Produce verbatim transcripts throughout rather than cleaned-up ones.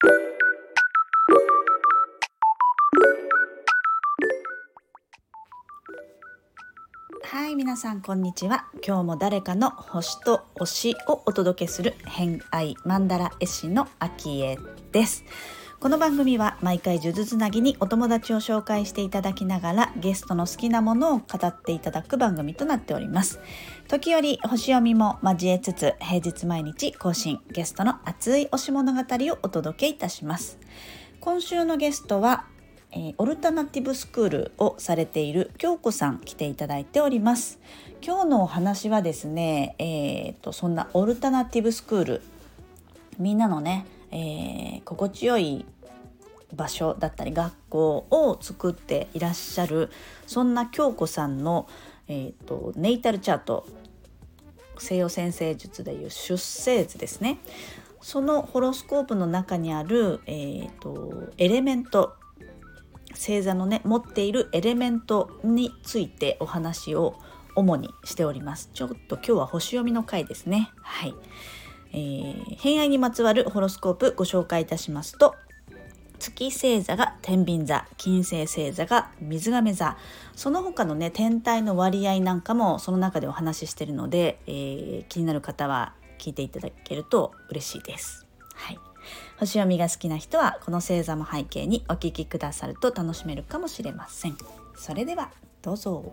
はい、皆さんこんにちは。今日も誰かの星と推しをお届けする偏愛マンダラ絵師のあきえです。この番組は毎回数珠つなぎにお友達を紹介していただきながらゲストの好きなものを語っていただく番組となっております。時折星読みも交えつつ平日毎日更新、ゲストの熱い推し物語をお届けいたします。今週のゲストはえー、オルタナティブスクールをされている京子さん来ていただいております。今日のお話はですね、えー、とそんなオルタナティブスクール、みんなのね、えー、心地よい場所だったり学校を作っていらっしゃるそんな京子さんの、えー、とネイタルチャート、西洋占星術でいう出生図ですね。そのホロスコープの中にある、えー、とエレメント、星座のね持っているエレメントについてお話を主にしております。ちょっと今日は星読みの回ですね。はい、えー、偏愛にまつわるホロスコープご紹介いたしますと、月星座が天秤座、金星星座が水亀座、その他のね天体の割合なんかもその中でお話ししているので、えー、気になる方は聞いていただけると嬉しいです。はい、星読みが好きな人はこの星座も背景にお聞きくださると楽しめるかもしれません。それではどうぞ。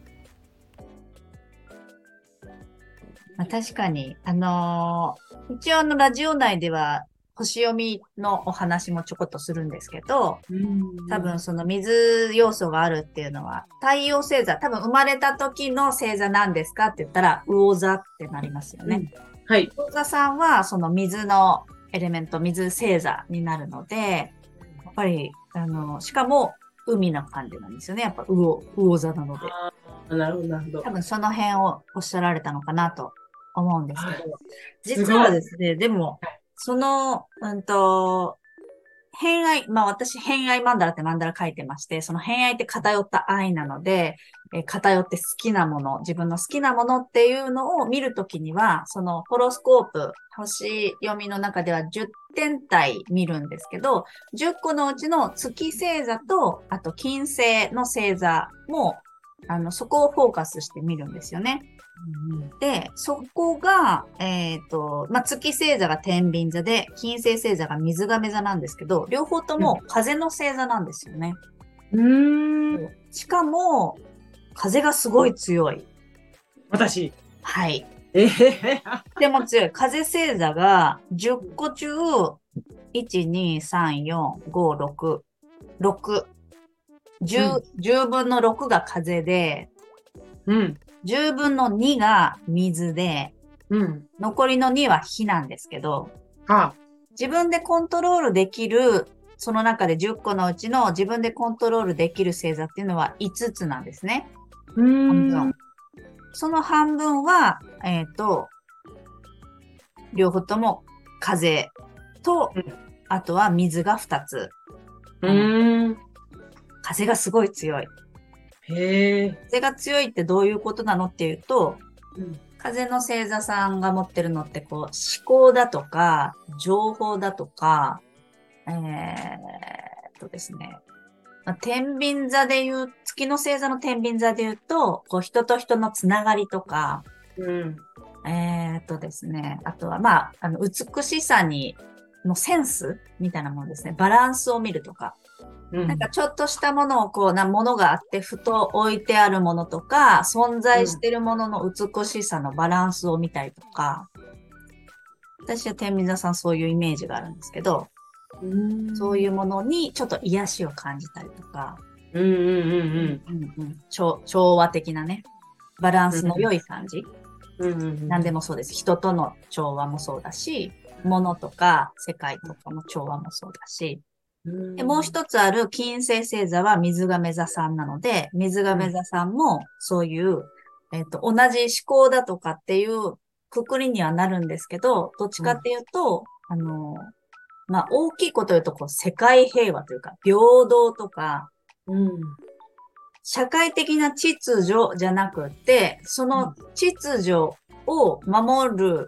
まあ、確かにあのー、一応のラジオ内では星読みのお話もちょこっとするんですけど、多分その水要素があるっていうのは太陽星座、多分生まれた時の星座なんですかって言ったら魚座ってなりますよね。うん、はい。魚座さんはその水のエレメント、水星座になるので、やっぱりあのしかも海な感じなんですよね。やっぱ魚、魚座なので。 あ、なるほどなるほど。 多分その辺をおっしゃられたのかなと思うんですけど、実はですね、でもそのうんと偏愛、まあ私偏愛マンダラってマンダラ書いてまして、その偏愛って偏った愛なので、えー、偏って好きなもの、自分の好きなものっていうのを見るときには、そのホロスコープ、星読みの中ではじゅってん体見るんですけど、じゅっこのうちの月星座と、あと金星の星座も、あの、そこをフォーカスして見るんですよね。で、そこが、えっと、まあ、月星座が天秤座で、金星星座が水亀座なんですけど、両方とも風の星座なんですよね。うーん。しかも、風がすごい強い。 私。 はい。えー、でも強い。風星座がじゅっこ中、いち、に、さん、よん、ご、ろく、ろく。じゅう、うん、じゅうぶんのろくが風で、うん。じゅうぶんのにが水で、うん、残りのには火なんですけど、はあ、自分でコントロールできる、その中でじゅっこのうちの自分でコントロールできる星座っていうのはいつつなんですね。うーん、半分。その半分は、えっと、両方とも風と、うん、あとは水がふたつ。うーん、風がすごい強い。へー。風が強いってどういうことなのっていうと、うん、風の星座さんが持ってるのってこう思考だとか情報だとか、えー、っとですね、まあ、天秤座で言う、月の星座の天秤座で言うと、こう人と人のつながりとか、うん、えー、っとですね、あとはまあ、あの美しさにのセンスみたいなものですね、バランスを見るとか。なんかちょっとしたものをこうなものがあってふと置いてあるものとか存在しているものの美しさのバランスを見たりとか、私は天秤座さんそういうイメージがあるんですけど、うーん、そういうものにちょっと癒しを感じたりとか、うんうんうんうんうんうん、調調和的なねバランスの良い感じ、うんうんうん、何でもそうです。人との調和もそうだし、物とか世界とかの調和もそうだし。でもう一つある金星星座は水亀座さんなので、水亀座さんもそういう、えっと、同じ思考だとかっていうくくりにはなるんですけど、どっちかっていうと、うん、あの、まあ、大きいこと言うと、こう、世界平和というか、平等とか、うん、社会的な秩序じゃなくて、その秩序を守る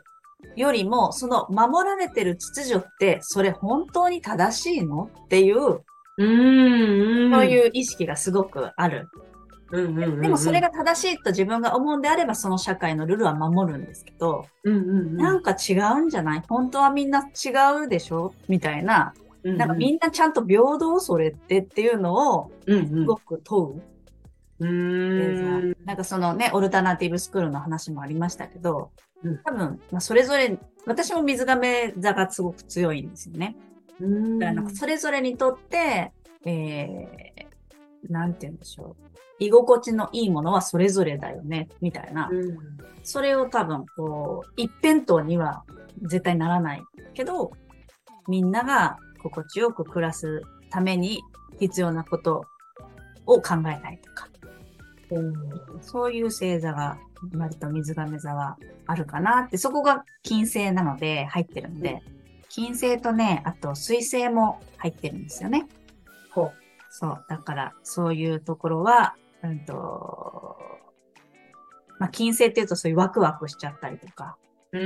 よりも、その守られてる秩序って、それ本当に正しいのっていう、 うーん。 そういう意識がすごくある。 うんうんうんうん、 でもそれが正しいと自分が思うんであれば、その社会のルールは守るんですけど、 うんうんうん、 なんか違うんじゃない？本当はみんな違うでしょみたいな、 うんうん、 なんかみんなちゃんと平等それってっていうのを、すごく問う。 うんうん、 なんかそのね、オルタナティブスクールの話もありましたけど、 うん、 多分、まあ、それぞれ、私も水亀座がすごく強いんですよね。 うん、 だからなんかそれぞれにとって、えー、なんて言うんでしょう。居心地のいいものはそれぞれだよね、みたいな。 うん、 それを多分、こう、一辺倒には絶対ならないけど、みんなが心地よく暮らすために必要なことを考えたりとか。うん、そういう星座が、割と水亀座はあるかなって、そこが金星なので入ってるんで、金星とね、あと水星も入ってるんですよね。 ほう。 そう。だから、そういうところは、うんと、まあ、金星っていうとそういうワクワクしちゃったりとか、 うん、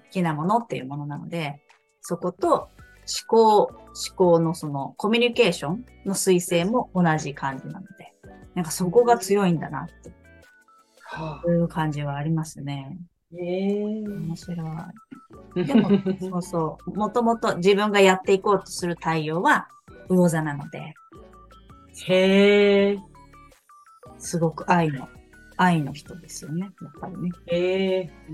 好きなものっていうものなので、そこと思考、思考のそのコミュニケーションの水星も同じ感じなので、なんかそこが強いんだなって、いう感じはありますね。 へえ。 面白い。でも、そうそう、もともと自分がやっていこうとする太陽は魚座なので、 へえ。 すごく愛の、愛の人ですよね、やっぱりね。 へえ。 うん、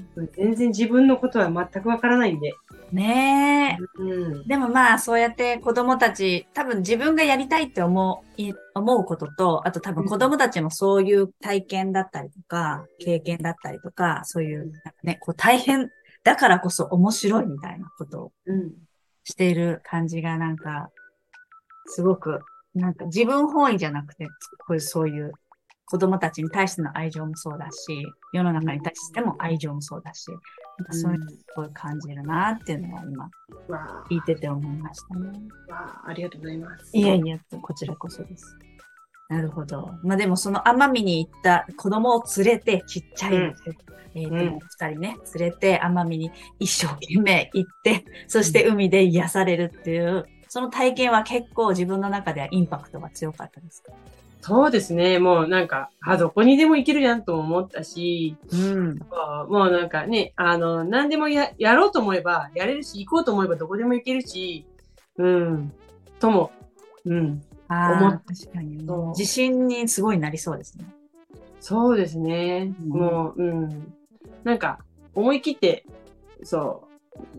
全然自分のことは全くわからないんで。 ねえ。 うん、 でもまあ、そうやって子供たち、多分自分がやりたいって思う、い思うことと、あと多分子供たちもそういう体験だったりとか、経験だったりとか、そういう、なんかね、こう大変だからこそ面白いみたいなことをしている感じがなんか、すごく、なんか自分本位じゃなくて、こういうそういう子供たちに対しての愛情もそうだし、世の中に対しても愛情もそうだし、なんかそういうのをすごい感じるなっていうのは今、聞いてて思いましたね。 わあ、ありがとうございます。 いやいや、こちらこそです。なるほど。まあでもその奄美に行った子供を連れて、ちっちゃい、うん、えっ、ー、と、うん、二人ね、連れて奄美に一生懸命行って、そして海で癒されるっていう、その体験は結構自分の中ではインパクトが強かったですか？ そうですね。もうなんか、あ、どこにでも行けるじゃんと思ったし、 うん、 もうなんかね、あの、何でもや、やろうと思えば、やれるし、行こうと思えばどこでも行けるし、うん、とも、うん、 思っ確かに、ね、自信にすごいなりそうですね。 そうですね。うん、もう、うん。なんか、思い切って、そう、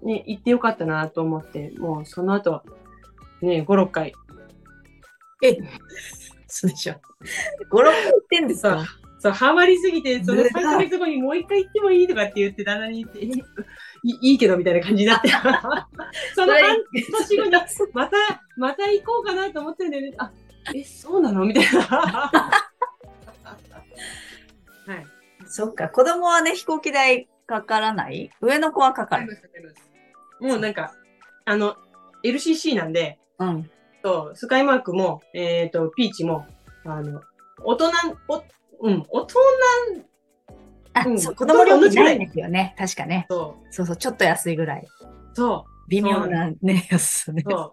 ね、行ってよかったなと思って、もうその後、ね、ご、ろっかい。 えそうでしょ。ご、ろっかい行ってんですか？ そう、ハマりすぎて、そのさんかげつごにもう一回行ってもいいとかって言って、旦那に言って、いいいけどみたいな感じになって。その半年後に、また、また行こうかなと思ってるんだよね。あ、え、そうなのみたいな。はい。 そっか、子供はね、飛行機代かからない？上の子はかかる。 もうなんか、あの、エルシーシー なんで、 うん。 と、スカイマークも、えっ、ー、と、ピーチも、あの、大人、お、うん、大人、 あ、うん、そう、子供料金ないんですよね。確かね。そう。そうそう、ちょっと安いぐらい。 そう。 微妙なね、安さね。 そう。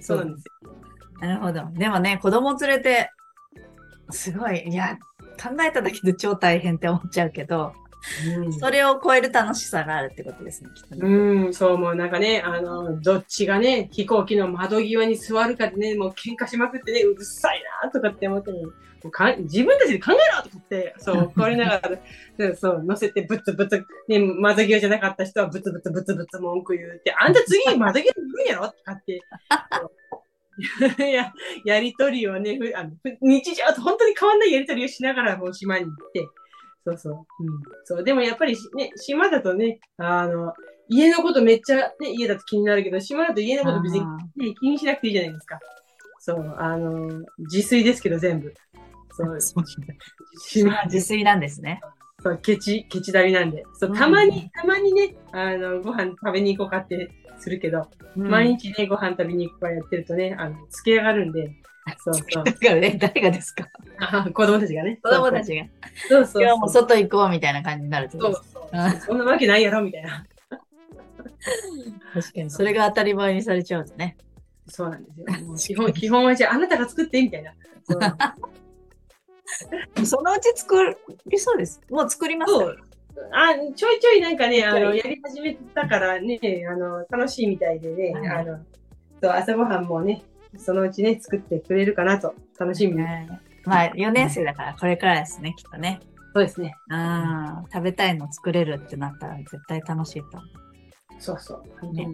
そうなんですよ。 なるほど。でもね、子供連れて、すごい、いや、考えただけで超大変って思っちゃうけど、うん、それを超える楽しさがあるってことですね、きっとね。 うん、そう、もうなんかね、あの、どっちがね、飛行機の窓際に座るかでね、もう喧嘩しまくってね、うるさいなとかって思っても、もうか自分たちで考えろとかって、そう、怒りながら、そう、乗せてブツブツ、ね、窓際じゃなかった人はブツブツブツブツ文句言うって、あんた次窓際に来るんやろとかって。や, やりとりをね、あの日常と本当に変わんないやりとりをしながらもう島に行って、そうそう。うん。そう。でもやっぱりね、島だとね、あの、家のことめっちゃね、家だと気になるけど、島だと家のこと別に、ね、気にしなくていいじゃないですか。そう。あの、自炊ですけど全部。そう。そう島自炊なんですね。 そう、ケチ、ケチ旅なんで。そう、たまに、たまにね、あの、ご飯食べに行こうかってするけど、うん、毎日ね、ご飯食べに行くかやってるとね、あの、つけ上がるんで、 そうそう。 だからね、誰がですか？ あ子供たちがね。 子供たちが。 そうそうそう。 今日も外行こうみたいな感じになるってこそうとです。 そうあそんなわけないやろみたいな。 確かに、それが当たり前にされちゃうとね。 そうなんですよ。もう基本、基本はじゃああなたが作ってみたいな。そうそのうち作りそうです。もう作りますか？ そう。あ、ちょいちょいなんかね、あの、 ちょいやり始めたからね、あの、楽しいみたいでね、 はいあの、そう、朝ごはんもね、そのうちね、作ってくれるかなと、楽しみに。 はいまあ、よねん生だからこれからですね、きっとね。 そうですね。 ああ、食べたいの作れるってなったら絶対楽しいと思そうそう。本当にね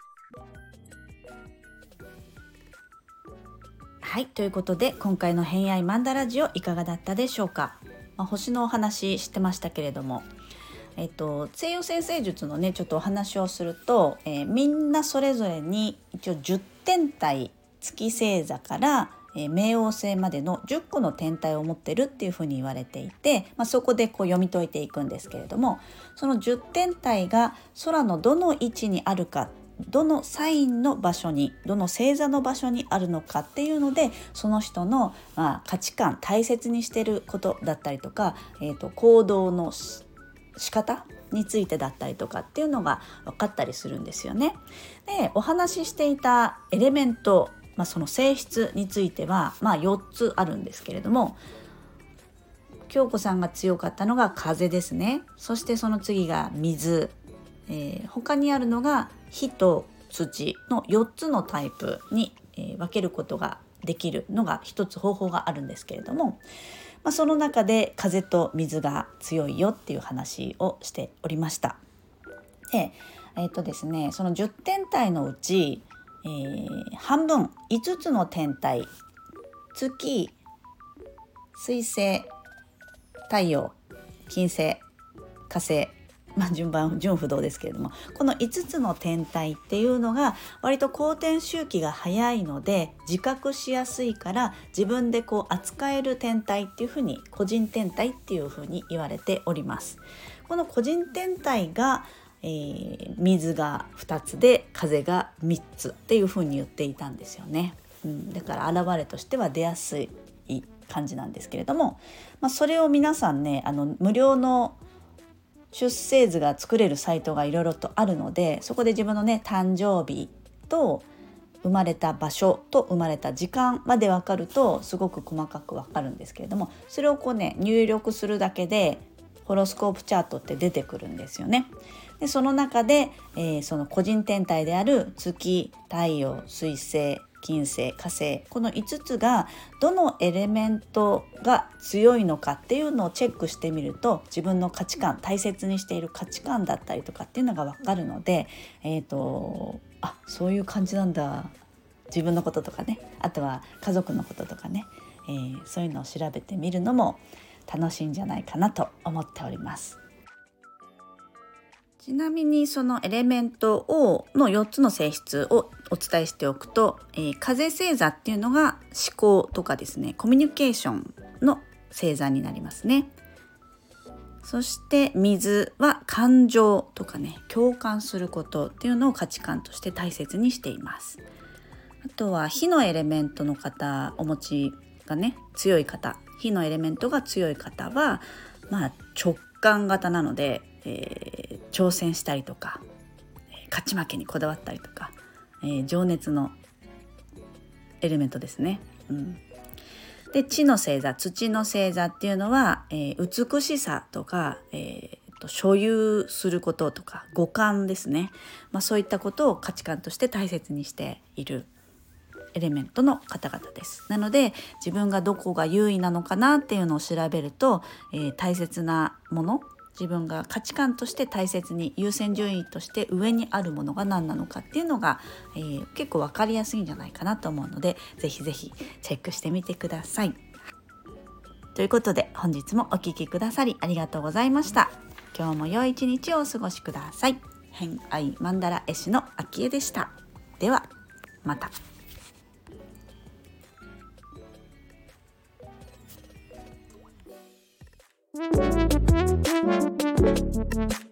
はい、ということで今回の偏愛マンダラジオいかがだったでしょうか。まあ、星のお話してましたけれども、えっと、西洋占星術のねちょっとお話をすると、えーみんなそれぞれに一応じゅってん体月星座からえー冥王星までのじゅっこの天体を持ってるっていうふうに言われていて、まあ、そこでこう読み解いていくんですけれども、そのじゅってん体が空のどの位置にあるか、どのサインの場所に、どの星座の場所にあるのかっていうので、その人の、まあ、価値観、大切にしてることだったりとか、えーと、行動の仕方についてだったりとかっていうのが分かったりするんですよね。で、お話ししていたエレメント、まあ、その性質については、まあ、よっつあるんですけれども、京子さんが強かったのが風ですね。そしてその次が水、えー、他にあるのが火と土のよっつのタイプに、えー、分けることができるのが一つ方法があるんですけれども、まあ、その中で風と水が強いよっていう話をしておりました。で、えーとですね、そのじゅってん体のうち、えー、半分いつつの天体、月、水星、太陽、金星、火星、まあ、順番順不動ですけれども、このいつつの天体っていうのが割と公転周期が早いので自覚しやすいから、自分でこう扱える天体っていうふうに、個人天体っていうふうに言われております。この個人天体が、えー、水がふたつで風がみっつっていうふうに言っていたんですよね、うん、だから現れとしては出やすい感じなんですけれども、まあ、それを皆さんね、あの無料の出生図が作れるサイトがいろいろとあるので、そこで自分のね誕生日と生まれた場所と生まれた時間まで分かるとすごく細かく分かるんですけれども、それをこうね入力するだけでホロスコープチャートって出てくるんですよね。でその中で、えー、その個人天体である月、太陽、水星、金星、火星、このいつつがどのエレメントが強いのかっていうのをチェックしてみると、自分の価値観、大切にしている価値観だったりとかっていうのが分かるので、えーと、あ、そういう感じなんだ、自分のこととかね、あとは家族のこととかね、えー、そういうのを調べてみるのも楽しいんじゃないかなと思っております。ちなみにそのエレメントをのよっつの性質をお伝えしておくと、えー、風星座っていうのが思考とかですね、コミュニケーションの星座になりますね。そして水は感情とかね、共感することっていうのを価値観として大切にしています。あとは火のエレメントの方、お持ちがね強い方、火のエレメントが強い方は、まあ、直感型なので、えー、挑戦したりとか、勝ち負けにこだわったりとか、えー、情熱のエレメントですね、うん、で地の星座、土の星座っていうのは、えー、美しさとか、えー、と所有することとか五感ですね、まあ、そういったことを価値観として大切にしているエレメントの方々です。なので自分がどこが優位なのかなっていうのを調べると、えー、大切なもの、自分が価値観として大切に優先順位として上にあるものが何なのかっていうのが、えー、結構分かりやすいんじゃないかなと思うので、ぜひぜひチェックしてみてください。ということで本日もお聞きくださりありがとうございました。今日も良い一日をお過ごしください。偏愛マンダラ絵師のあきえでした。ではまた。Thank you.